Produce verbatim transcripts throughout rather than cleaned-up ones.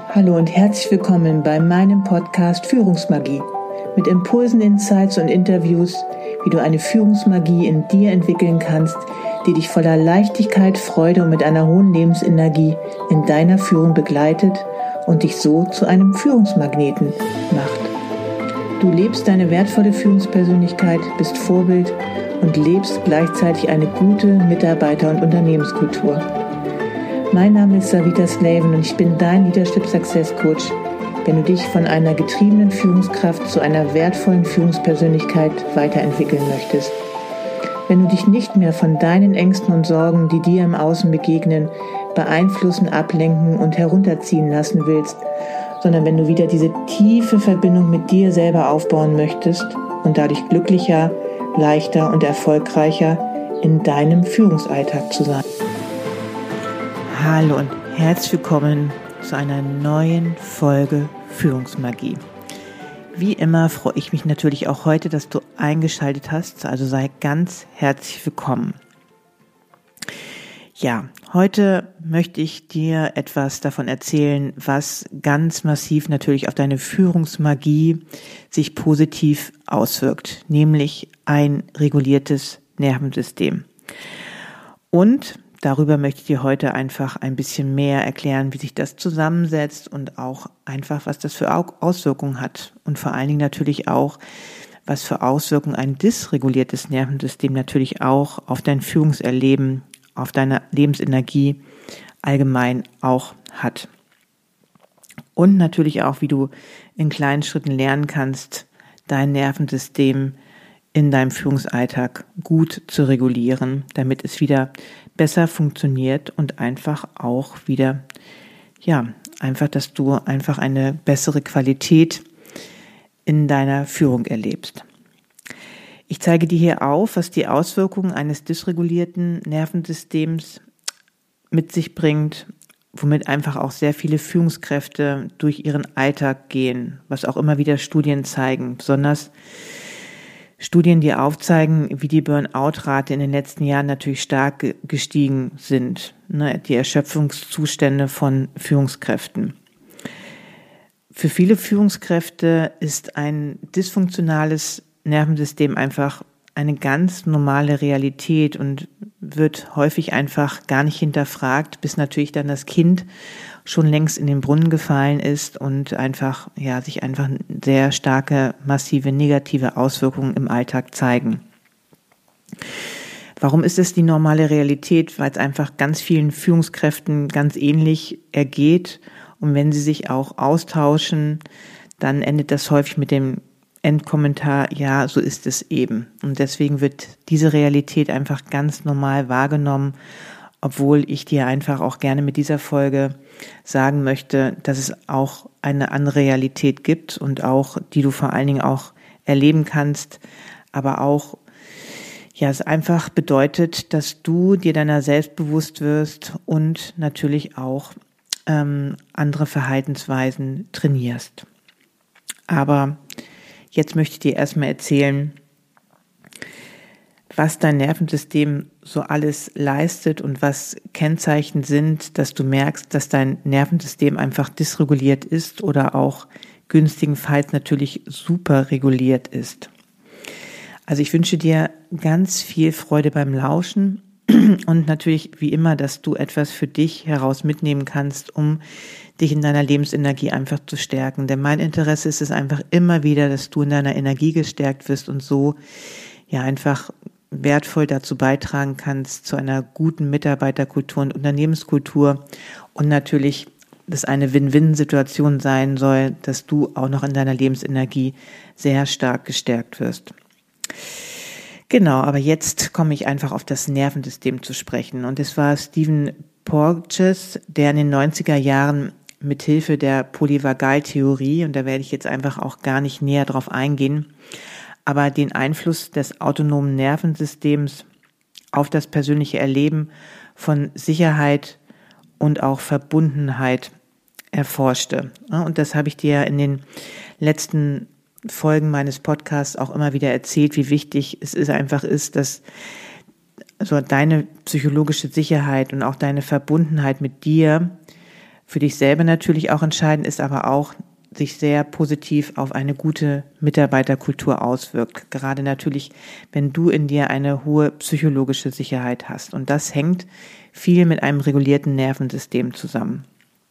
Hallo und herzlich willkommen bei meinem Podcast Führungsmagie mit Impulsen, Insights und Interviews, wie du eine Führungsmagie in dir entwickeln kannst, die dich voller Leichtigkeit, Freude und mit einer hohen Lebensenergie in deiner Führung begleitet und dich so zu einem Führungsmagneten macht. Du lebst deine wertvolle Führungspersönlichkeit, bist Vorbild und lebst gleichzeitig eine gute Mitarbeiter- und Unternehmenskultur. Mein Name ist Savita Slaven und ich bin dein Leadership Success Coach, wenn du dich von einer getriebenen Führungskraft zu einer wertvollen Führungspersönlichkeit weiterentwickeln möchtest. Wenn du dich nicht mehr von deinen Ängsten und Sorgen, die dir im Außen begegnen, beeinflussen, ablenken und herunterziehen lassen willst, sondern wenn du wieder diese tiefe Verbindung mit dir selber aufbauen möchtest und dadurch glücklicher, leichter und erfolgreicher in deinem Führungsalltag zu sein. Hallo und herzlich willkommen zu einer neuen Folge Führungsmagie. Wie immer freue ich mich natürlich auch heute, dass du eingeschaltet hast, also sei ganz herzlich willkommen. Ja, heute möchte ich dir etwas davon erzählen, was ganz massiv natürlich auf deine Führungsmagie sich positiv auswirkt, nämlich ein reguliertes Nervensystem. Und darüber möchte ich dir heute einfach ein bisschen mehr erklären, wie sich das zusammensetzt und auch einfach, was das für Auswirkungen hat. Und vor allen Dingen natürlich auch, was für Auswirkungen ein dysreguliertes Nervensystem natürlich auch auf dein Führungserleben, auf deine Lebensenergie allgemein auch hat. Und natürlich auch, wie du in kleinen Schritten lernen kannst, dein Nervensystem in deinem Führungsalltag gut zu regulieren, damit es wieder besser funktioniert und einfach auch wieder, ja, einfach, dass du einfach eine bessere Qualität in deiner Führung erlebst. Ich zeige dir hier auf, was die Auswirkungen eines dysregulierten Nervensystems mit sich bringt, womit einfach auch sehr viele Führungskräfte durch ihren Alltag gehen, was auch immer wieder Studien zeigen, besonders Studien, die aufzeigen, wie die Burnout-Rate in den letzten Jahren natürlich stark gestiegen sind, ne, die Erschöpfungszustände von Führungskräften. Für viele Führungskräfte ist ein dysfunktionales Nervensystem einfach eine ganz normale Realität und wird häufig einfach gar nicht hinterfragt, bis natürlich dann das Kind schon längst in den Brunnen gefallen ist und einfach, ja, sich einfach sehr starke, massive negative Auswirkungen im Alltag zeigen. Warum ist es die normale Realität? Weil es einfach ganz vielen Führungskräften ganz ähnlich ergeht und wenn sie sich auch austauschen, dann endet das häufig mit dem Endkommentar, ja, so ist es eben. Und deswegen wird diese Realität einfach ganz normal wahrgenommen, obwohl ich dir einfach auch gerne mit dieser Folge sagen möchte, dass es auch eine andere Realität gibt und auch, die du vor allen Dingen auch erleben kannst, aber auch, ja, es einfach bedeutet, dass du dir deiner selbst bewusst wirst und natürlich auch ähm, andere Verhaltensweisen trainierst. Aber jetzt möchte ich dir erstmal erzählen, was dein Nervensystem so alles leistet und was Kennzeichen sind, dass du merkst, dass dein Nervensystem einfach dysreguliert ist oder auch günstigenfalls natürlich super reguliert ist. Also ich wünsche dir ganz viel Freude beim Lauschen und natürlich wie immer, dass du etwas für dich heraus mitnehmen kannst, um dich in deiner Lebensenergie einfach zu stärken. Denn mein Interesse ist es einfach immer wieder, dass du in deiner Energie gestärkt wirst und so ja einfach wertvoll dazu beitragen kannst zu einer guten Mitarbeiterkultur und Unternehmenskultur und natürlich, dass eine Win-Win-Situation sein soll, dass du auch noch in deiner Lebensenergie sehr stark gestärkt wirst. Genau, aber jetzt komme ich einfach auf das Nervensystem zu sprechen. Und es war Stephen Porges, der in den neunziger Jahren mit Hilfe der Polyvagaltheorie, und da werde ich jetzt einfach auch gar nicht näher drauf eingehen, aber den Einfluss des autonomen Nervensystems auf das persönliche Erleben von Sicherheit und auch Verbundenheit erforschte. Und das habe ich dir in den letzten Folgen meines Podcasts auch immer wieder erzählt, wie wichtig es ist, einfach ist, dass also deine psychologische Sicherheit und auch deine Verbundenheit mit dir Für dich selber natürlich auch entscheidend ist, aber auch sich sehr positiv auf eine gute Mitarbeiterkultur auswirkt. Gerade natürlich, wenn du in dir eine hohe psychologische Sicherheit hast. Und das hängt viel mit einem regulierten Nervensystem zusammen.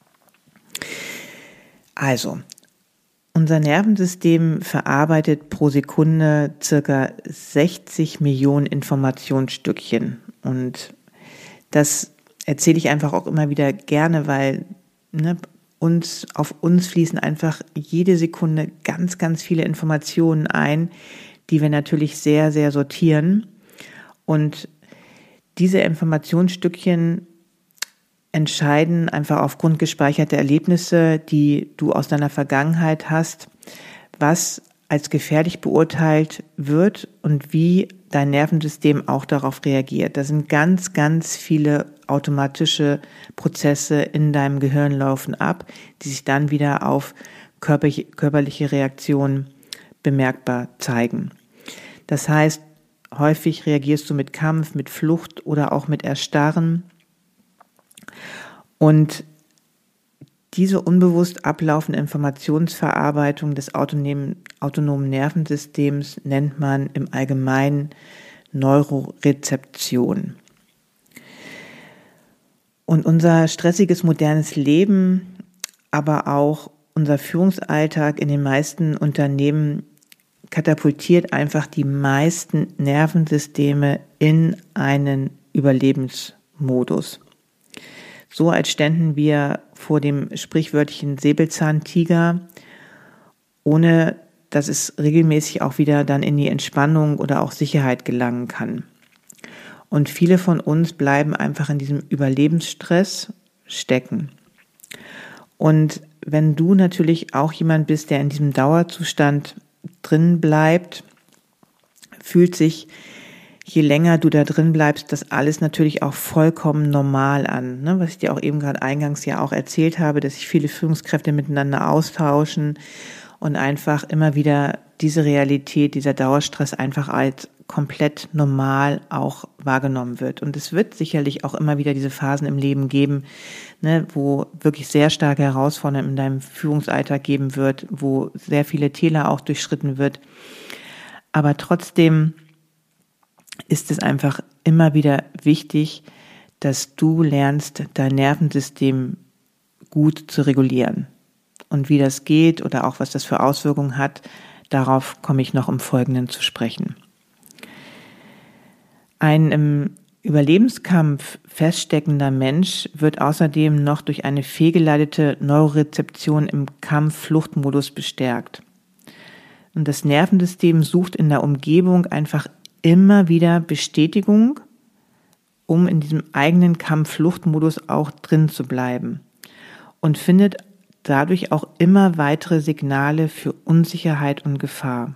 Also, unser Nervensystem verarbeitet pro Sekunde circa sechzig Millionen Informationsstückchen. Und das erzähle ich einfach auch immer wieder gerne, weil ne, uns, auf uns fließen einfach jede Sekunde ganz, ganz viele Informationen ein, die wir natürlich sehr, sehr sortieren. Und diese Informationsstückchen entscheiden einfach aufgrund gespeicherter Erlebnisse, die du aus deiner Vergangenheit hast, was als gefährlich beurteilt wird und wie dein Nervensystem auch darauf reagiert. Da sind ganz, ganz viele automatische Prozesse in deinem Gehirn laufen ab, die sich dann wieder auf körperliche Reaktionen bemerkbar zeigen. Das heißt, häufig reagierst du mit Kampf, mit Flucht oder auch mit Erstarren. Und diese unbewusst ablaufende Informationsverarbeitung des autonomen, autonomen Nervensystems nennt man im Allgemeinen Neurorezeption. Und unser stressiges modernes Leben, aber auch unser Führungsalltag in den meisten Unternehmen katapultiert einfach die meisten Nervensysteme in einen Überlebensmodus. So als ständen wir vor dem sprichwörtlichen Säbelzahntiger, ohne dass es regelmäßig auch wieder dann in die Entspannung oder auch Sicherheit gelangen kann. Und viele von uns bleiben einfach in diesem Überlebensstress stecken. Und wenn du natürlich auch jemand bist, der in diesem Dauerzustand drin bleibt, fühlt sich, je länger du da drin bleibst, das alles natürlich auch vollkommen normal an. Ne? Was ich dir auch eben gerade eingangs ja auch erzählt habe, dass sich viele Führungskräfte miteinander austauschen und einfach immer wieder diese Realität, dieser Dauerstress einfach als komplett normal auch wahrgenommen wird. Und es wird sicherlich auch immer wieder diese Phasen im Leben geben, ne, wo wirklich sehr starke Herausforderungen in deinem Führungsalltag geben wird, wo sehr viele Täler auch durchschritten wird. Aber trotzdem ist es einfach immer wieder wichtig, dass du lernst, dein Nervensystem gut zu regulieren. Und wie das geht oder auch was das für Auswirkungen hat, darauf komme ich noch im Folgenden zu sprechen. Ein im Überlebenskampf feststeckender Mensch wird außerdem noch durch eine fehlgeleitete Neurorezeption im Kampf-Fluchtmodus bestärkt. Und das Nervensystem sucht in der Umgebung einfach immer wieder Bestätigung, um in diesem eigenen Kampf-Flucht-Modus auch drin zu bleiben und findet dadurch auch immer weitere Signale für Unsicherheit und Gefahr.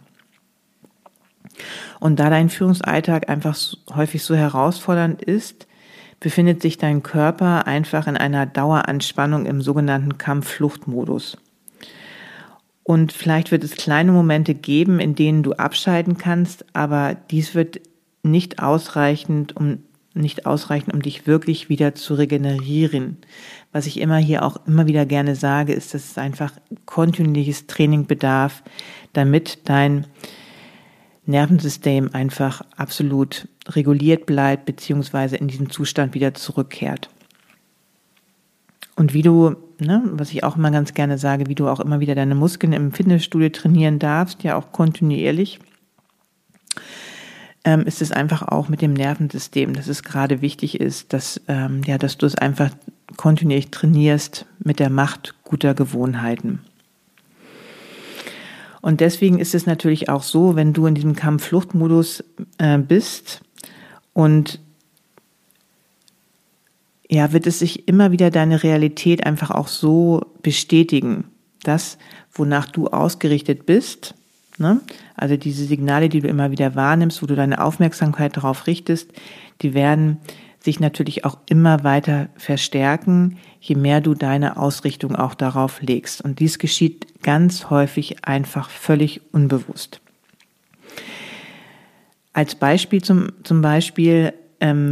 Und da dein Führungsalltag einfach häufig so herausfordernd ist, befindet sich dein Körper einfach in einer Daueranspannung im sogenannten Kampf-Flucht-Modus. Und vielleicht wird es kleine Momente geben, in denen du abschalten kannst, aber dies wird nicht ausreichend, um nicht ausreichen, um dich wirklich wieder zu regenerieren. Was ich immer hier auch immer wieder gerne sage, ist, dass es einfach kontinuierliches Training bedarf, damit dein Nervensystem einfach absolut reguliert bleibt, beziehungsweise in diesen Zustand wieder zurückkehrt. Und wie du, ne, was ich auch immer ganz gerne sage, wie du auch immer wieder deine Muskeln im Fitnessstudio trainieren darfst, ja auch kontinuierlich, ähm, ist es einfach auch mit dem Nervensystem, dass es gerade wichtig ist, dass, ähm, ja, dass du es einfach kontinuierlich trainierst mit der Macht guter Gewohnheiten. Und deswegen ist es natürlich auch so, wenn du in diesem Kampf-Flucht-Modus äh, bist und ja, wird es sich immer wieder deine Realität einfach auch so bestätigen, das, wonach du ausgerichtet bist, ne? Also diese Signale, die du immer wieder wahrnimmst, wo du deine Aufmerksamkeit darauf richtest, die werden sich natürlich auch immer weiter verstärken, je mehr du deine Ausrichtung auch darauf legst. Und dies geschieht ganz häufig einfach völlig unbewusst. Als Beispiel zum, zum Beispiel, ähm,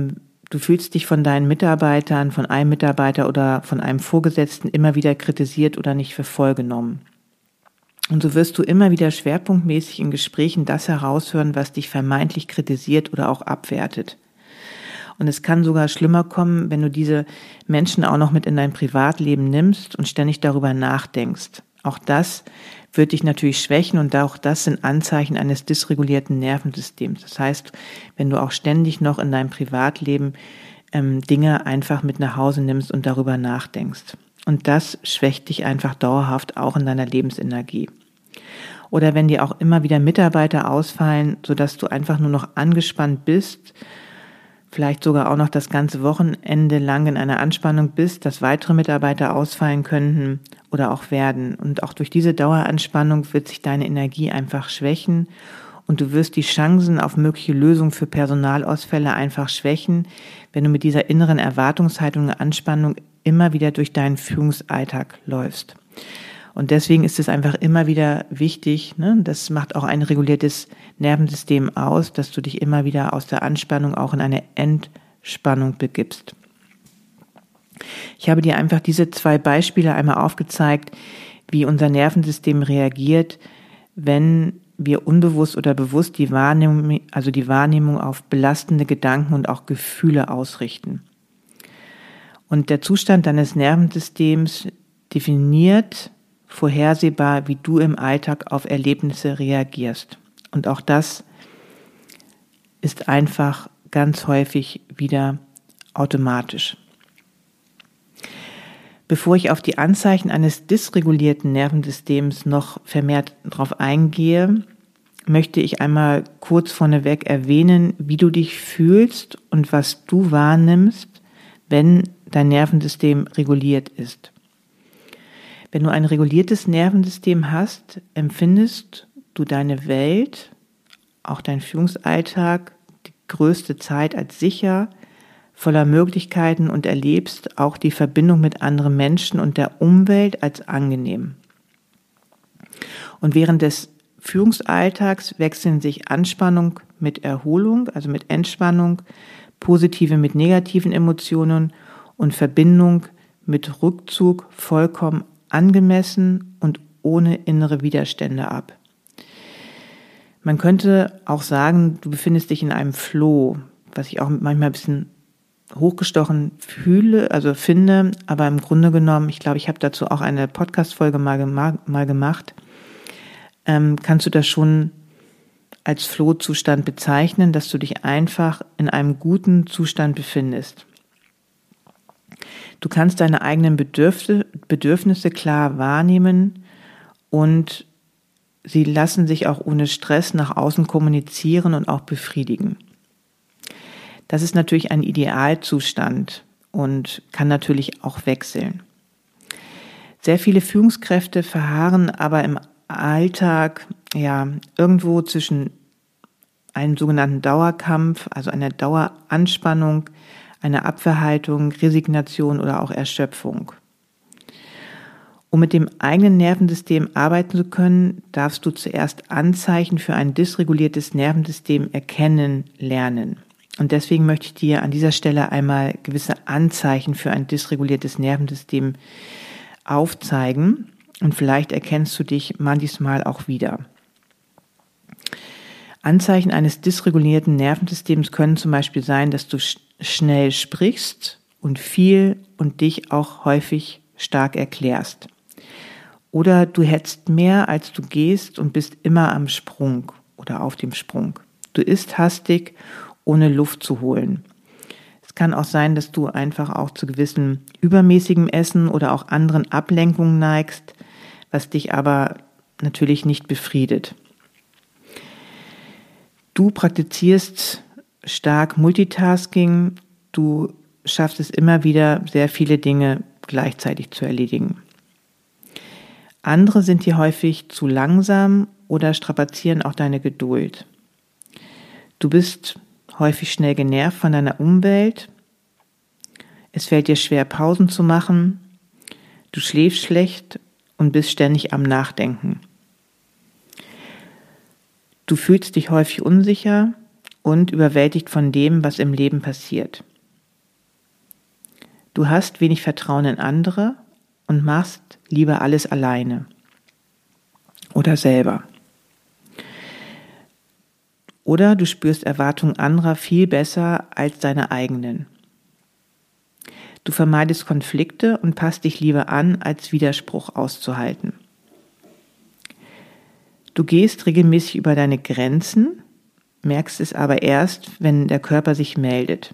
Du fühlst dich von deinen Mitarbeitern, von einem Mitarbeiter oder von einem Vorgesetzten immer wieder kritisiert oder nicht für voll genommen. Und so wirst du immer wieder schwerpunktmäßig in Gesprächen das heraushören, was dich vermeintlich kritisiert oder auch abwertet. Und es kann sogar schlimmer kommen, wenn du diese Menschen auch noch mit in dein Privatleben nimmst und ständig darüber nachdenkst. Auch das wird dich natürlich schwächen und auch das sind Anzeichen eines dysregulierten Nervensystems. Das heißt, wenn du auch ständig noch in deinem Privatleben ähm, Dinge einfach mit nach Hause nimmst und darüber nachdenkst. Und das schwächt dich einfach dauerhaft auch in deiner Lebensenergie. Oder wenn dir auch immer wieder Mitarbeiter ausfallen, sodass du einfach nur noch angespannt bist, vielleicht sogar auch noch das ganze Wochenende lang in einer Anspannung bist, dass weitere Mitarbeiter ausfallen könnten oder auch werden. Und auch durch diese Daueranspannung wird sich deine Energie einfach schwächen und du wirst die Chancen auf mögliche Lösungen für Personalausfälle einfach schwächen, wenn du mit dieser inneren Erwartungshaltung und Anspannung immer wieder durch deinen Führungsalltag läufst. Und deswegen ist es einfach immer wieder wichtig, ne, das macht auch ein reguliertes Nervensystem aus, dass du dich immer wieder aus der Anspannung auch in eine Entspannung begibst. Ich habe dir einfach diese zwei Beispiele einmal aufgezeigt, wie unser Nervensystem reagiert, wenn wir unbewusst oder bewusst die Wahrnehmung, also die Wahrnehmung auf belastende Gedanken und auch Gefühle ausrichten. Und der Zustand deines Nervensystems definiert vorhersehbar, wie du im Alltag auf Erlebnisse reagierst. Und auch das ist einfach ganz häufig wieder automatisch. Bevor ich auf die Anzeichen eines dysregulierten Nervensystems noch vermehrt darauf eingehe, möchte ich einmal kurz vorneweg erwähnen, wie du dich fühlst und was du wahrnimmst, wenn dein Nervensystem reguliert ist. Wenn du ein reguliertes Nervensystem hast, empfindest du deine Welt, auch deinen Führungsalltag, die größte Zeit als sicher, voller Möglichkeiten und erlebst auch die Verbindung mit anderen Menschen und der Umwelt als angenehm. Und während des Führungsalltags wechseln sich Anspannung mit Erholung, also mit Entspannung, positive mit negativen Emotionen und Verbindung mit Rückzug vollkommen angemessen und ohne innere Widerstände ab. Man könnte auch sagen, du befindest dich in einem Flow, was ich auch manchmal ein bisschen hochgestochen fühle, also finde, aber im Grunde genommen, ich glaube, ich habe dazu auch eine Podcast-Folge mal, gema- mal gemacht, ähm, kannst du das schon als Flow-Zustand bezeichnen, dass du dich einfach in einem guten Zustand befindest. Du kannst deine eigenen Bedürfnisse, Bedürfnisse klar wahrnehmen und sie lassen sich auch ohne Stress nach außen kommunizieren und auch befriedigen. Das ist natürlich ein Idealzustand und kann natürlich auch wechseln. Sehr viele Führungskräfte verharren aber im Alltag ja irgendwo zwischen einem sogenannten Dauerkampf, also einer Daueranspannung, einer Abwehrhaltung, Resignation oder auch Erschöpfung. Um mit dem eigenen Nervensystem arbeiten zu können, darfst du zuerst Anzeichen für ein dysreguliertes Nervensystem erkennen lernen. Und deswegen möchte ich dir an dieser Stelle einmal gewisse Anzeichen für ein dysreguliertes Nervensystem aufzeigen und vielleicht erkennst du dich manchmal auch wieder. Anzeichen eines dysregulierten Nervensystems können zum Beispiel sein, dass du sch- schnell sprichst und viel und dich auch häufig stark erklärst. Oder du hetzt mehr, als du gehst und bist immer am Sprung oder auf dem Sprung. Du isst hastig, ohne Luft zu holen. Es kann auch sein, dass du einfach auch zu gewissen übermäßigem Essen oder auch anderen Ablenkungen neigst, was dich aber natürlich nicht befriedet. Du praktizierst stark Multitasking, du schaffst es immer wieder, sehr viele Dinge gleichzeitig zu erledigen. Andere sind dir häufig zu langsam oder strapazieren auch deine Geduld. Du bist häufig schnell genervt von deiner Umwelt. Es fällt dir schwer, Pausen zu machen. Du schläfst schlecht und bist ständig am Nachdenken. Du fühlst dich häufig unsicher und überwältigt von dem, was im Leben passiert. Du hast wenig Vertrauen in andere und machst lieber alles alleine oder selber. Oder du spürst Erwartungen anderer viel besser als deine eigenen. Du vermeidest Konflikte und passt dich lieber an, als Widerspruch auszuhalten. Du gehst regelmäßig über deine Grenzen, merkst es aber erst, wenn der Körper sich meldet.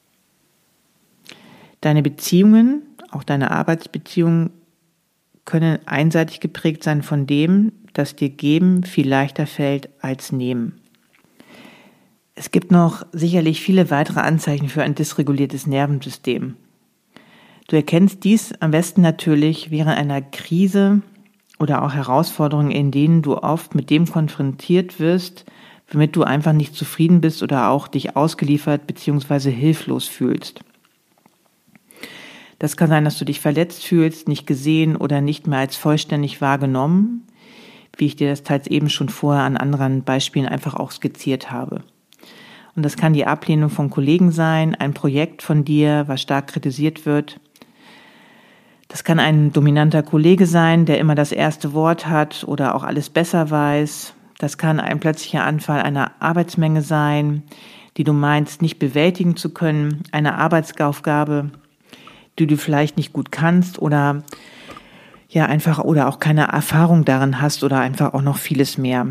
Deine Beziehungen, auch deine Arbeitsbeziehungen, können einseitig geprägt sein von dem, dass dir Geben viel leichter fällt als Nehmen. Es gibt noch sicherlich viele weitere Anzeichen für ein dysreguliertes Nervensystem. Du erkennst dies am besten natürlich während einer Krise oder auch Herausforderungen, in denen du oft mit dem konfrontiert wirst, womit du einfach nicht zufrieden bist oder auch dich ausgeliefert bzw. hilflos fühlst. Das kann sein, dass du dich verletzt fühlst, nicht gesehen oder nicht mehr als vollständig wahrgenommen, wie ich dir das teils eben schon vorher an anderen Beispielen einfach auch skizziert habe. Und das kann die Ablehnung von Kollegen sein, ein Projekt von dir, was stark kritisiert wird. Das kann ein dominanter Kollege sein, der immer das erste Wort hat oder auch alles besser weiß. Das kann ein plötzlicher Anfall einer Arbeitsmenge sein, die du meinst, nicht bewältigen zu können, eine Arbeitsaufgabe, die du vielleicht nicht gut kannst oder ja einfach oder auch keine Erfahrung darin hast oder einfach auch noch vieles mehr.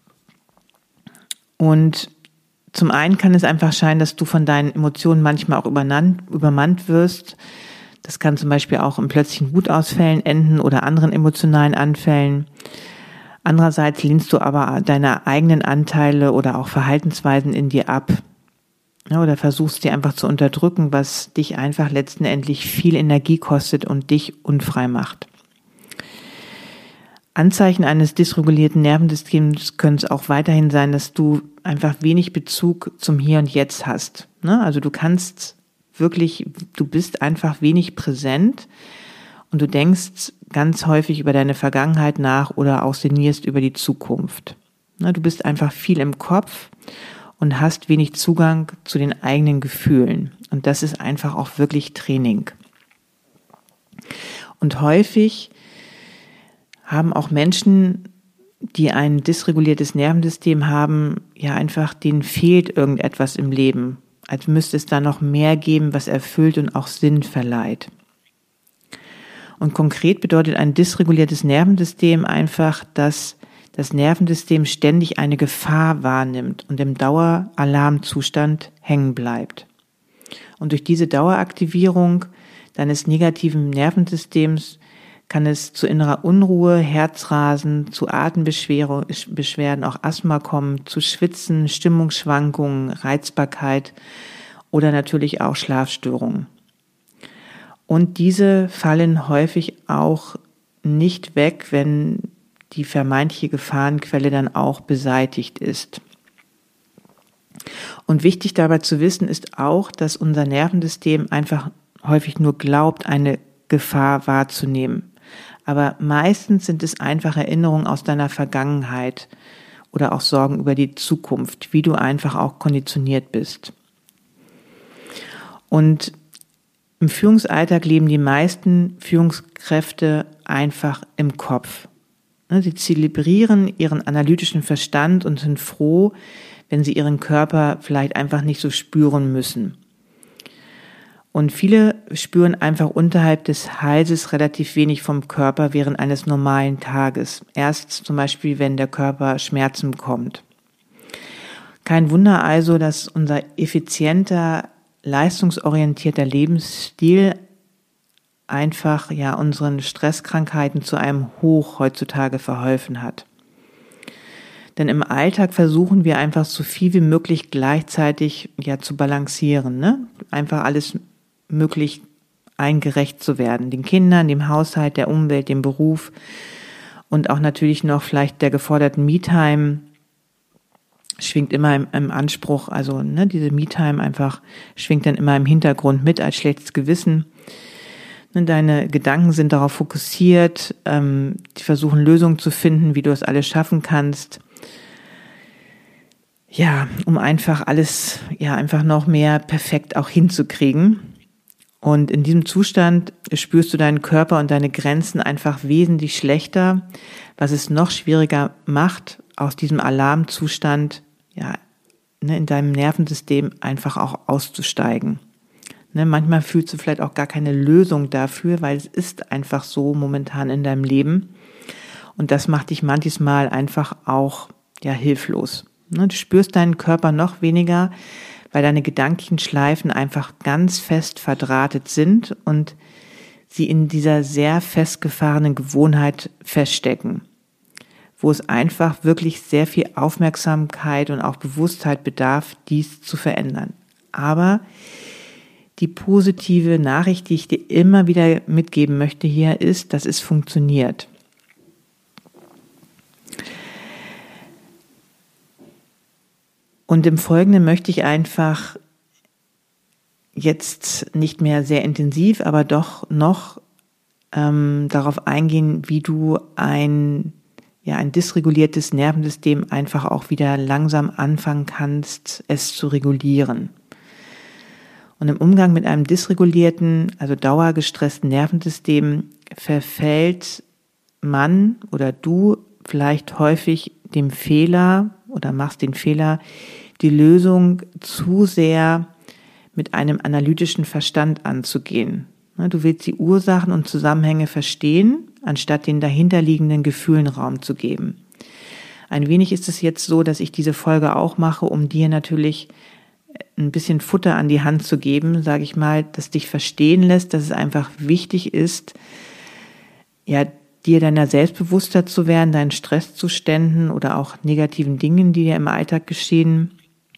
Und zum einen kann es einfach scheinen, dass du von deinen Emotionen manchmal auch übermannt wirst. Das kann zum Beispiel auch in plötzlichen Wutausfällen enden oder anderen emotionalen Anfällen. Andererseits lehnst du aber deine eigenen Anteile oder auch Verhaltensweisen in dir ab. Ja, oder versuchst die einfach zu unterdrücken, was dich einfach letztendlich viel Energie kostet und dich unfrei macht. Anzeichen eines dysregulierten Nervensystems können es auch weiterhin sein, dass du einfach wenig Bezug zum Hier und Jetzt hast. Ne? Also du kannst wirklich, du bist einfach wenig präsent und du denkst ganz häufig über deine Vergangenheit nach oder auch sinnierst über die Zukunft. Ne? Du bist einfach viel im Kopf und hast wenig Zugang zu den eigenen Gefühlen. Und das ist einfach auch wirklich Training. Und häufig haben auch Menschen, die ein dysreguliertes Nervensystem haben, ja einfach, denen fehlt irgendetwas im Leben. Als müsste es da noch mehr geben, was erfüllt und auch Sinn verleiht. Und konkret bedeutet ein dysreguliertes Nervensystem einfach, dass das Nervensystem ständig eine Gefahr wahrnimmt und im Daueralarmzustand hängen bleibt. Und durch diese Daueraktivierung deines negativen Nervensystems kann es zu innerer Unruhe, Herzrasen, zu Atembeschwerden, auch Asthma kommen, zu Schwitzen, Stimmungsschwankungen, Reizbarkeit oder natürlich auch Schlafstörungen. Und diese fallen häufig auch nicht weg, wenn die vermeintliche Gefahrenquelle dann auch beseitigt ist. Und wichtig dabei zu wissen ist auch, dass unser Nervensystem einfach häufig nur glaubt, eine Gefahr wahrzunehmen. Aber meistens sind es einfach Erinnerungen aus deiner Vergangenheit oder auch Sorgen über die Zukunft, wie du einfach auch konditioniert bist. Und im Führungsalltag leben die meisten Führungskräfte einfach im Kopf. Sie zelebrieren ihren analytischen Verstand und sind froh, wenn sie ihren Körper vielleicht einfach nicht so spüren müssen. Und viele spüren einfach unterhalb des Halses relativ wenig vom Körper während eines normalen Tages. Erst zum Beispiel, wenn der Körper Schmerzen bekommt. Kein Wunder also, dass unser effizienter, leistungsorientierter Lebensstil einfach ja unseren Stresskrankheiten zu einem Hoch heutzutage verholfen hat. Denn im Alltag versuchen wir einfach so viel wie möglich gleichzeitig ja zu balancieren, ne? Einfach alles möglich eingerecht zu werden, den Kindern, dem Haushalt, der Umwelt, dem Beruf und auch natürlich noch vielleicht der geforderten Me-Time schwingt immer im, im Anspruch, also ne, diese Me-Time einfach schwingt dann immer im Hintergrund mit als schlechtes Gewissen. Ne, deine Gedanken sind darauf fokussiert, ähm, die versuchen Lösungen zu finden, wie du das alles schaffen kannst. Ja, um einfach alles ja einfach noch mehr perfekt auch hinzukriegen. Und in diesem Zustand spürst du deinen Körper und deine Grenzen einfach wesentlich schlechter, was es noch schwieriger macht, aus diesem Alarmzustand, ja, ne, in deinem Nervensystem einfach auch auszusteigen. Ne, manchmal fühlst du vielleicht auch gar keine Lösung dafür, weil es ist einfach so momentan in deinem Leben. Und das macht dich manches Mal einfach auch, ja, hilflos. Ne, du spürst deinen Körper noch weniger, weil deine gedanklichen Schleifen einfach ganz fest verdrahtet sind und sie in dieser sehr festgefahrenen Gewohnheit feststecken, wo es einfach wirklich sehr viel Aufmerksamkeit und auch Bewusstheit bedarf, dies zu verändern. Aber die positive Nachricht, die ich dir immer wieder mitgeben möchte hier, ist, dass es funktioniert. Und im Folgenden möchte ich einfach jetzt nicht mehr sehr intensiv, aber doch noch ähm, darauf eingehen, wie du ein, ja, ein dysreguliertes Nervensystem einfach auch wieder langsam anfangen kannst, es zu regulieren. Und im Umgang mit einem dysregulierten, also dauergestressten Nervensystem verfällt man oder du vielleicht häufig dem Fehler oder machst den Fehler, die Lösung zu sehr mit einem analytischen Verstand anzugehen. Du willst die Ursachen und Zusammenhänge verstehen, anstatt den dahinterliegenden Gefühlen Raum zu geben. Ein wenig ist es jetzt so, dass ich diese Folge auch mache, um dir natürlich ein bisschen Futter an die Hand zu geben, sage ich mal, das dich verstehen lässt, dass es einfach wichtig ist, ja, dir deiner selbstbewusster zu werden, deinen Stresszuständen oder auch negativen Dingen, die dir im Alltag geschehen,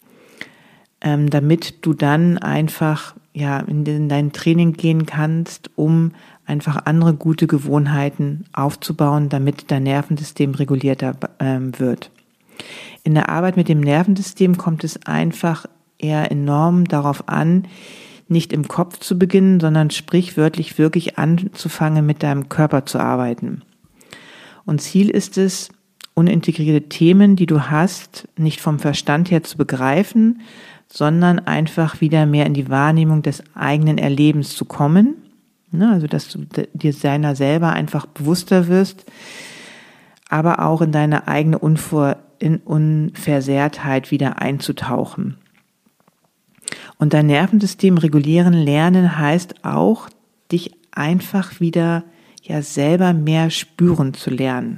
ähm, damit du dann einfach ja in, in dein Training gehen kannst, um einfach andere gute Gewohnheiten aufzubauen, damit dein Nervensystem regulierter ähm, wird. In der Arbeit mit dem Nervensystem kommt es einfach eher enorm darauf an, nicht im Kopf zu beginnen, sondern sprichwörtlich wirklich anzufangen, mit deinem Körper zu arbeiten. Und Ziel ist es, unintegrierte Themen, die du hast, nicht vom Verstand her zu begreifen, sondern einfach wieder mehr in die Wahrnehmung des eigenen Erlebens zu kommen. Also, dass du dir seiner selber einfach bewusster wirst, aber auch in deine eigene Unvor- in Unversehrtheit wieder einzutauchen. Und dein Nervensystem regulieren lernen heißt auch, dich einfach wieder ja selber mehr spüren zu lernen.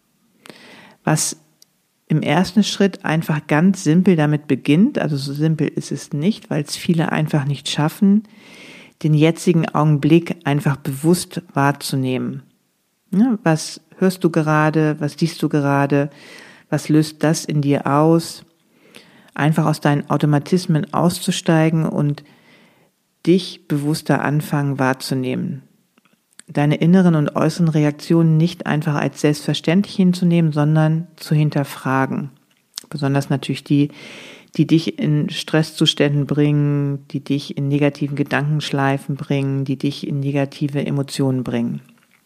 Was im ersten Schritt einfach ganz simpel damit beginnt, also so simpel ist es nicht, weil es viele einfach nicht schaffen, den jetzigen Augenblick einfach bewusst wahrzunehmen. Ja, was hörst du gerade, was siehst du gerade, was löst das in dir aus? Einfach aus deinen Automatismen auszusteigen und dich bewusster anfangen wahrzunehmen. Deine inneren und äußeren Reaktionen nicht einfach als selbstverständlich hinzunehmen, sondern zu hinterfragen. Besonders natürlich die, die dich in Stresszuständen bringen, die dich in negativen Gedankenschleifen bringen, die dich in negative Emotionen bringen.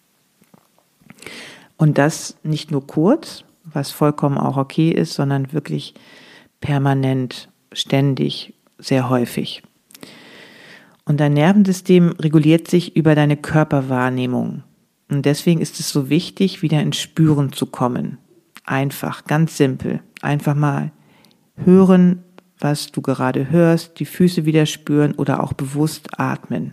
Und das nicht nur kurz, was vollkommen auch okay ist, sondern wirklich permanent, ständig, sehr häufig. Und dein Nervensystem reguliert sich über deine Körperwahrnehmung. Und deswegen ist es so wichtig, wieder ins Spüren zu kommen. Einfach, ganz simpel. Einfach mal hören, was du gerade hörst, die Füße wieder spüren oder auch bewusst atmen.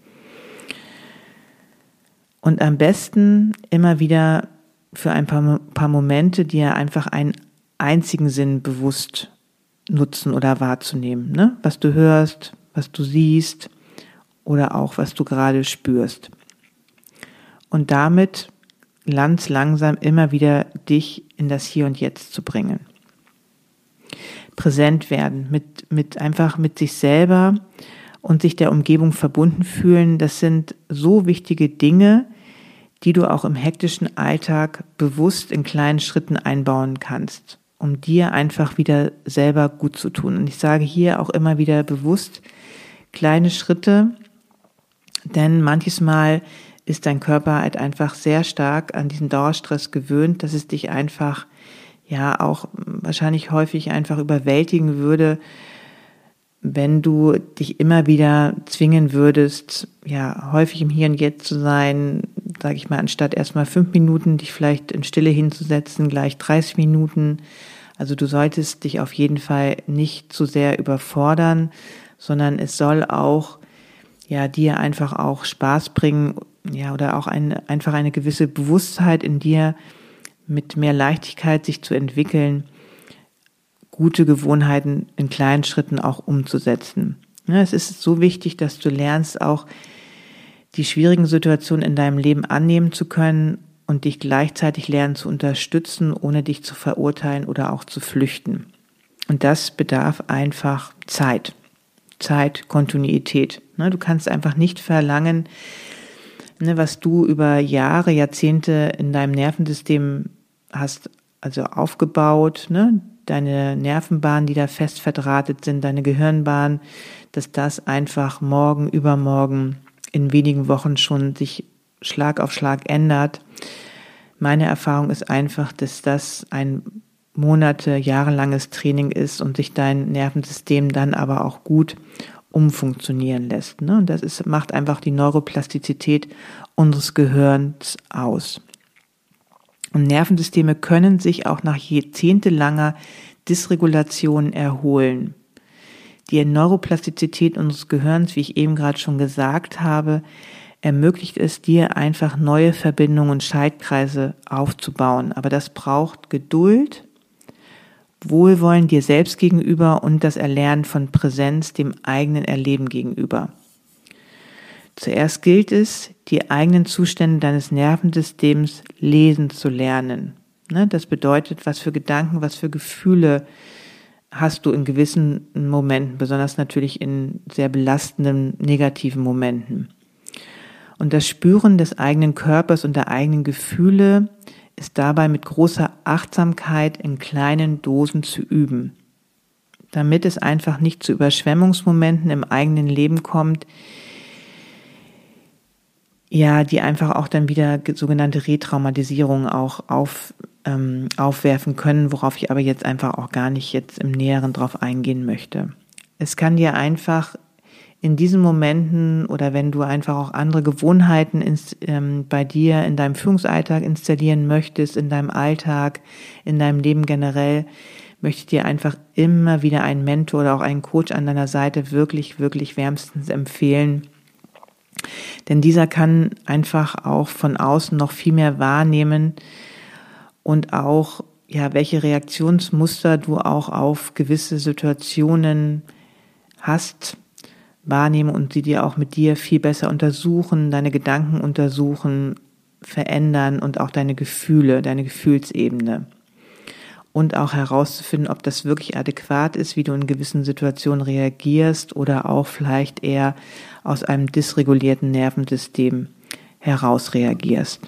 Und am besten immer wieder für ein paar, paar Momente dir einfach einen einzigen Sinn bewusst nutzen oder wahrzunehmen, ne? Was du hörst, was du siehst oder auch was du gerade spürst. Und damit ganz langsam immer wieder dich in das Hier und Jetzt zu bringen. Präsent werden, mit, mit einfach mit sich selber und sich der Umgebung verbunden fühlen, das sind so wichtige Dinge, die du auch im hektischen Alltag bewusst in kleinen Schritten einbauen kannst, um dir einfach wieder selber gut zu tun. Und ich sage hier auch immer wieder bewusst kleine Schritte, denn manches Mal ist dein Körper halt einfach sehr stark an diesen Dauerstress gewöhnt, dass es dich einfach, ja, auch wahrscheinlich häufig einfach überwältigen würde, wenn du dich immer wieder zwingen würdest, ja, häufig im Hier und Jetzt zu sein, sage ich mal, anstatt erstmal fünf Minuten dich vielleicht in Stille hinzusetzen, gleich dreißig Minuten. Also du solltest dich auf jeden Fall nicht zu sehr überfordern, sondern es soll auch, ja, dir einfach auch Spaß bringen, ja, oder auch eine, einfach eine gewisse Bewusstheit in dir mit mehr Leichtigkeit sich zu entwickeln, gute Gewohnheiten in kleinen Schritten auch umzusetzen. Ja, es ist so wichtig, dass du lernst, auch die schwierigen Situationen in deinem Leben annehmen zu können und dich gleichzeitig lernen zu unterstützen, ohne dich zu verurteilen oder auch zu flüchten. Und das bedarf einfach Zeit. Zeit, Kontinuität. Du kannst einfach nicht verlangen, was du über Jahre, Jahrzehnte in deinem Nervensystem hast, also aufgebaut, ne? Deine Nervenbahnen, die da fest verdrahtet sind, deine Gehirnbahn, dass das einfach morgen, übermorgen, in wenigen Wochen schon sich Schlag auf Schlag ändert. Meine Erfahrung ist einfach, dass das ein Monate, jahrelanges Training ist und sich dein Nervensystem dann aber auch gut umfunktionieren lässt. Ne? Und das ist, macht einfach die Neuroplastizität unseres Gehirns aus. Und Nervensysteme können sich auch nach jahrzehntelanger Dysregulation erholen. Die Neuroplastizität unseres Gehirns, wie ich eben gerade schon gesagt habe, ermöglicht es dir einfach neue Verbindungen und Schaltkreise aufzubauen. Aber das braucht Geduld, Wohlwollen dir selbst gegenüber und das Erlernen von Präsenz dem eigenen Erleben gegenüber. Zuerst gilt es, die eigenen Zustände deines Nervensystems lesen zu lernen. Das bedeutet, was für Gedanken, was für Gefühle hast du in gewissen Momenten, besonders natürlich in sehr belastenden, negativen Momenten. Und das Spüren des eigenen Körpers und der eigenen Gefühle ist dabei mit großer Achtsamkeit in kleinen Dosen zu üben, damit es einfach nicht zu Überschwemmungsmomenten im eigenen Leben kommt, ja, die einfach auch dann wieder sogenannte Retraumatisierungen auch auf, ähm, aufwerfen können, worauf ich aber jetzt einfach auch gar nicht jetzt im Näheren drauf eingehen möchte. Es kann dir einfach in diesen Momenten oder wenn du einfach auch andere Gewohnheiten ins, ähm, bei dir in deinem Führungsalltag installieren möchtest, in deinem Alltag, in deinem Leben generell, möchte ich dir einfach immer wieder einen Mentor oder auch einen Coach an deiner Seite wirklich, wirklich wärmstens empfehlen. Denn dieser kann einfach auch von außen noch viel mehr wahrnehmen und auch, ja, welche Reaktionsmuster du auch auf gewisse Situationen hast, wahrnehmen und sie dir auch mit dir viel besser untersuchen, deine Gedanken untersuchen, verändern und auch deine Gefühle, deine Gefühlsebene. Und auch herauszufinden, ob das wirklich adäquat ist, wie du in gewissen Situationen reagierst oder auch vielleicht eher aus einem dysregulierten Nervensystem heraus reagierst.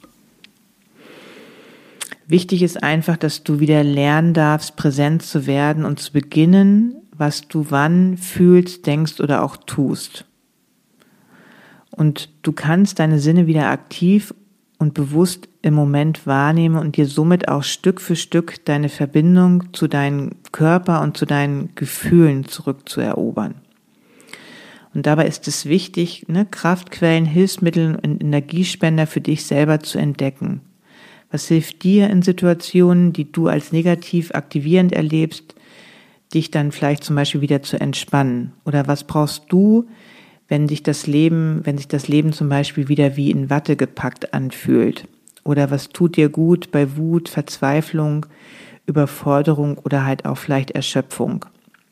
Wichtig ist einfach, dass du wieder lernen darfst, präsent zu werden und zu beginnen, was du wann fühlst, denkst oder auch tust. Und du kannst deine Sinne wieder aktiv und bewusst im Moment wahrnehmen und dir somit auch Stück für Stück deine Verbindung zu deinem Körper und zu deinen Gefühlen zurückzuerobern. Und dabei ist es wichtig, ne, Kraftquellen, Hilfsmittel und Energiespender für dich selber zu entdecken. Was hilft dir in Situationen, die du als negativ aktivierend erlebst, dich dann vielleicht zum Beispiel wieder zu entspannen? Oder was brauchst du, wenn dich das Leben, wenn sich das Leben zum Beispiel wieder wie in Watte gepackt anfühlt? Oder was tut dir gut bei Wut, Verzweiflung, Überforderung oder halt auch vielleicht Erschöpfung?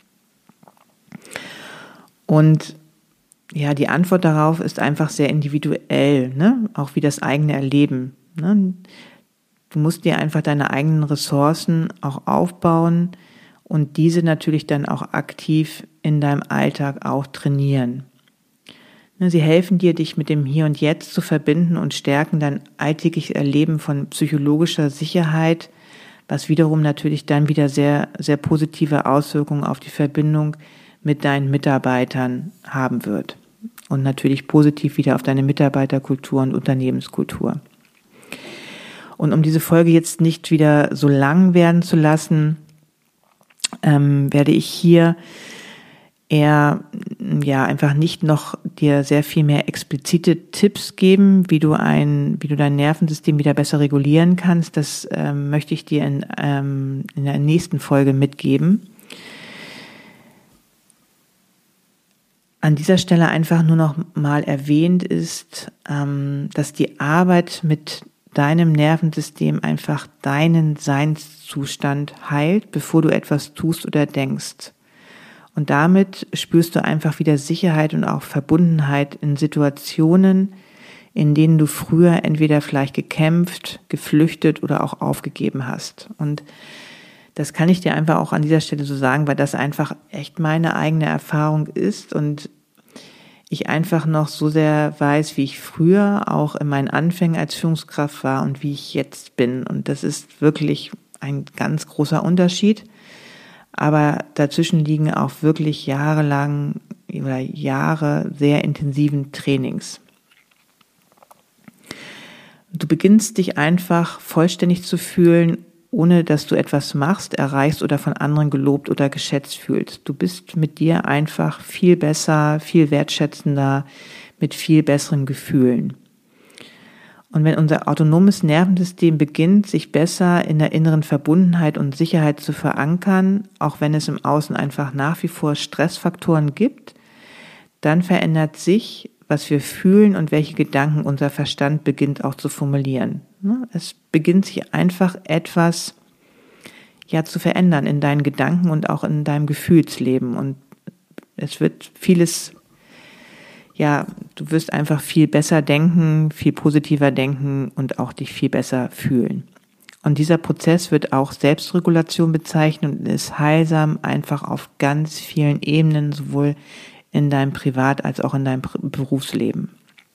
Und ja, die Antwort darauf ist einfach sehr individuell, ne? Auch wie das eigene Erleben. Ne? Du musst dir einfach deine eigenen Ressourcen auch aufbauen und diese natürlich dann auch aktiv in deinem Alltag auch trainieren. Sie helfen dir, dich mit dem Hier und Jetzt zu verbinden und stärken dein alltägliches Erleben von psychologischer Sicherheit, was wiederum natürlich dann wieder sehr, sehr positive Auswirkungen auf die Verbindung mit deinen Mitarbeitern haben wird. Und natürlich positiv wieder auf deine Mitarbeiterkultur und Unternehmenskultur. Und um diese Folge jetzt nicht wieder so lang werden zu lassen, ähm, werde ich hier eher ja einfach nicht noch dir sehr viel mehr explizite Tipps geben, wie du ein, wie du dein Nervensystem wieder besser regulieren kannst. Das ähm, möchte ich dir in, ähm, in der nächsten Folge mitgeben. An dieser Stelle einfach nur noch mal erwähnt ist, ähm, dass die Arbeit mit deinem Nervensystem einfach deinen Seinszustand heilt, bevor du etwas tust oder denkst. Und damit spürst du einfach wieder Sicherheit und auch Verbundenheit in Situationen, in denen du früher entweder vielleicht gekämpft, geflüchtet oder auch aufgegeben hast. Und das kann ich dir einfach auch an dieser Stelle so sagen, weil das einfach echt meine eigene Erfahrung ist und ich einfach noch so sehr weiß, wie ich früher auch in meinen Anfängen als Führungskraft war und wie ich jetzt bin. Und das ist wirklich ein ganz großer Unterschied. Aber dazwischen liegen auch wirklich jahrelang oder Jahre sehr intensiven Trainings. Du beginnst dich einfach vollständig zu fühlen, ohne dass du etwas machst, erreichst oder von anderen gelobt oder geschätzt fühlst. Du bist mit dir einfach viel besser, viel wertschätzender, mit viel besseren Gefühlen. Und wenn unser autonomes Nervensystem beginnt, sich besser in der inneren Verbundenheit und Sicherheit zu verankern, auch wenn es im Außen einfach nach wie vor Stressfaktoren gibt, dann verändert sich, was wir fühlen und welche Gedanken unser Verstand beginnt auch zu formulieren. Es beginnt sich einfach etwas ja zu verändern in deinen Gedanken und auch in deinem Gefühlsleben. Und es wird vieles Ja, du wirst einfach viel besser denken, viel positiver denken und auch dich viel besser fühlen. Und dieser Prozess wird auch Selbstregulation bezeichnet und ist heilsam einfach auf ganz vielen Ebenen, sowohl in deinem Privat- als auch in deinem Berufsleben.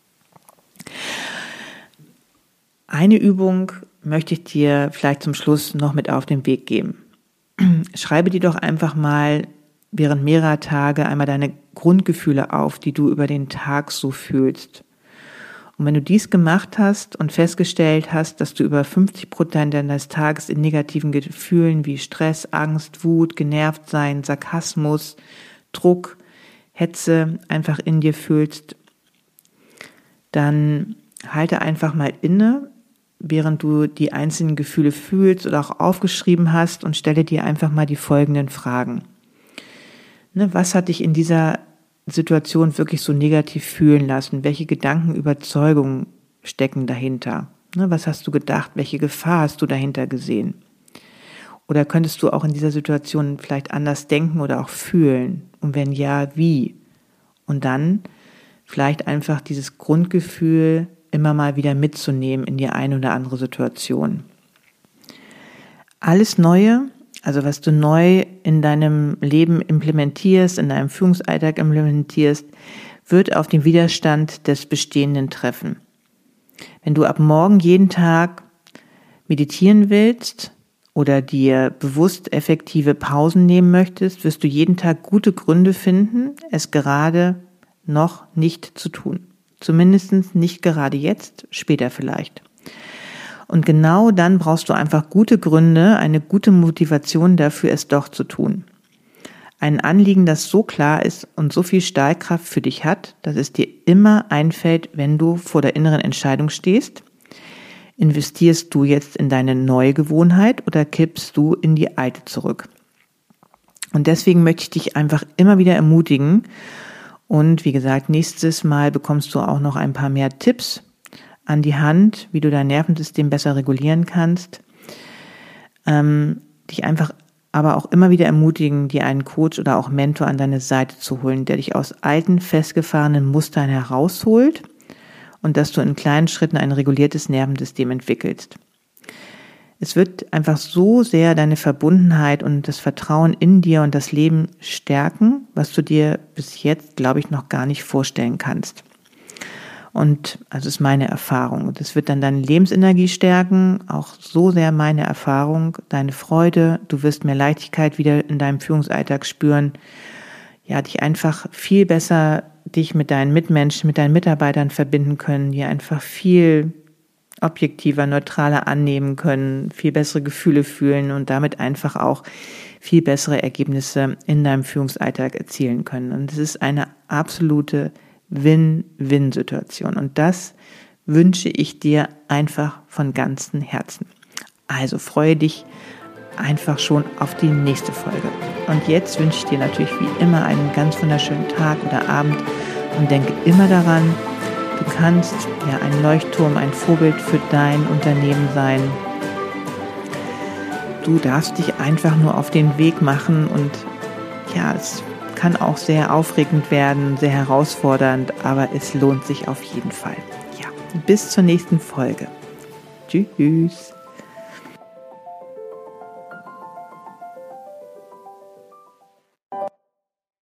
Eine Übung möchte ich dir vielleicht zum Schluss noch mit auf den Weg geben. Schreibe dir doch einfach mal während mehrerer Tage einmal deine Grundgefühle auf, die du über den Tag so fühlst. Und wenn du dies gemacht hast und festgestellt hast, dass du über fünfzig Prozent deines Tages in negativen Gefühlen wie Stress, Angst, Wut, Genervtsein, Sarkasmus, Druck, Hetze einfach in dir fühlst, dann halte einfach mal inne, während du die einzelnen Gefühle fühlst oder auch aufgeschrieben hast und stelle dir einfach mal die folgenden Fragen. Ne, was hat dich in dieser Situation wirklich so negativ fühlen lassen? Welche Gedanken, Überzeugungen stecken dahinter? Ne, was hast du gedacht? Welche Gefahr hast du dahinter gesehen? Oder könntest du auch in dieser Situation vielleicht anders denken oder auch fühlen? Und wenn ja, wie? Und dann vielleicht einfach dieses Grundgefühl immer mal wieder mitzunehmen in die eine oder andere Situation. Alles Neue, also was du neu in deinem Leben implementierst, in deinem Führungsalltag implementierst, wird auf den Widerstand des Bestehenden treffen. Wenn du ab morgen jeden Tag meditieren willst oder dir bewusst effektive Pausen nehmen möchtest, wirst du jeden Tag gute Gründe finden, es gerade noch nicht zu tun. Zumindest nicht gerade jetzt, später vielleicht. Und genau dann brauchst du einfach gute Gründe, eine gute Motivation dafür, es doch zu tun. Ein Anliegen, das so klar ist und so viel Stahlkraft für dich hat, dass es dir immer einfällt, wenn du vor der inneren Entscheidung stehst. Investierst du jetzt in deine neue Gewohnheit oder kippst du in die alte zurück? Und deswegen möchte ich dich einfach immer wieder ermutigen. Und wie gesagt, nächstes Mal bekommst du auch noch ein paar mehr Tipps an die Hand, wie du dein Nervensystem besser regulieren kannst. Ähm, dich einfach aber auch immer wieder ermutigen, dir einen Coach oder auch Mentor an deine Seite zu holen, der dich aus alten, festgefahrenen Mustern herausholt und dass du in kleinen Schritten ein reguliertes Nervensystem entwickelst. Es wird einfach so sehr deine Verbundenheit und das Vertrauen in dir und das Leben stärken, was du dir bis jetzt, glaube ich, noch gar nicht vorstellen kannst. Und also ist meine Erfahrung. Und es wird dann deine Lebensenergie stärken, auch so sehr meine Erfahrung, deine Freude. Du wirst mehr Leichtigkeit wieder in deinem Führungsalltag spüren. Ja, dich einfach viel besser, dich mit deinen Mitmenschen, mit deinen Mitarbeitern verbinden können, dir einfach viel objektiver, neutraler annehmen können, viel bessere Gefühle fühlen und damit einfach auch viel bessere Ergebnisse in deinem Führungsalltag erzielen können. Und es ist eine absolute Win-Win-Situation. Und das wünsche ich dir einfach von ganzem Herzen. Also freue dich einfach schon auf die nächste Folge. Und jetzt wünsche ich dir natürlich wie immer einen ganz wunderschönen Tag oder Abend und denke immer daran, du kannst ja ein Leuchtturm, ein Vorbild für dein Unternehmen sein. Du darfst dich einfach nur auf den Weg machen und ja, es kann auch sehr aufregend werden, sehr herausfordernd, aber es lohnt sich auf jeden Fall. Ja, bis zur nächsten Folge. Tschüss.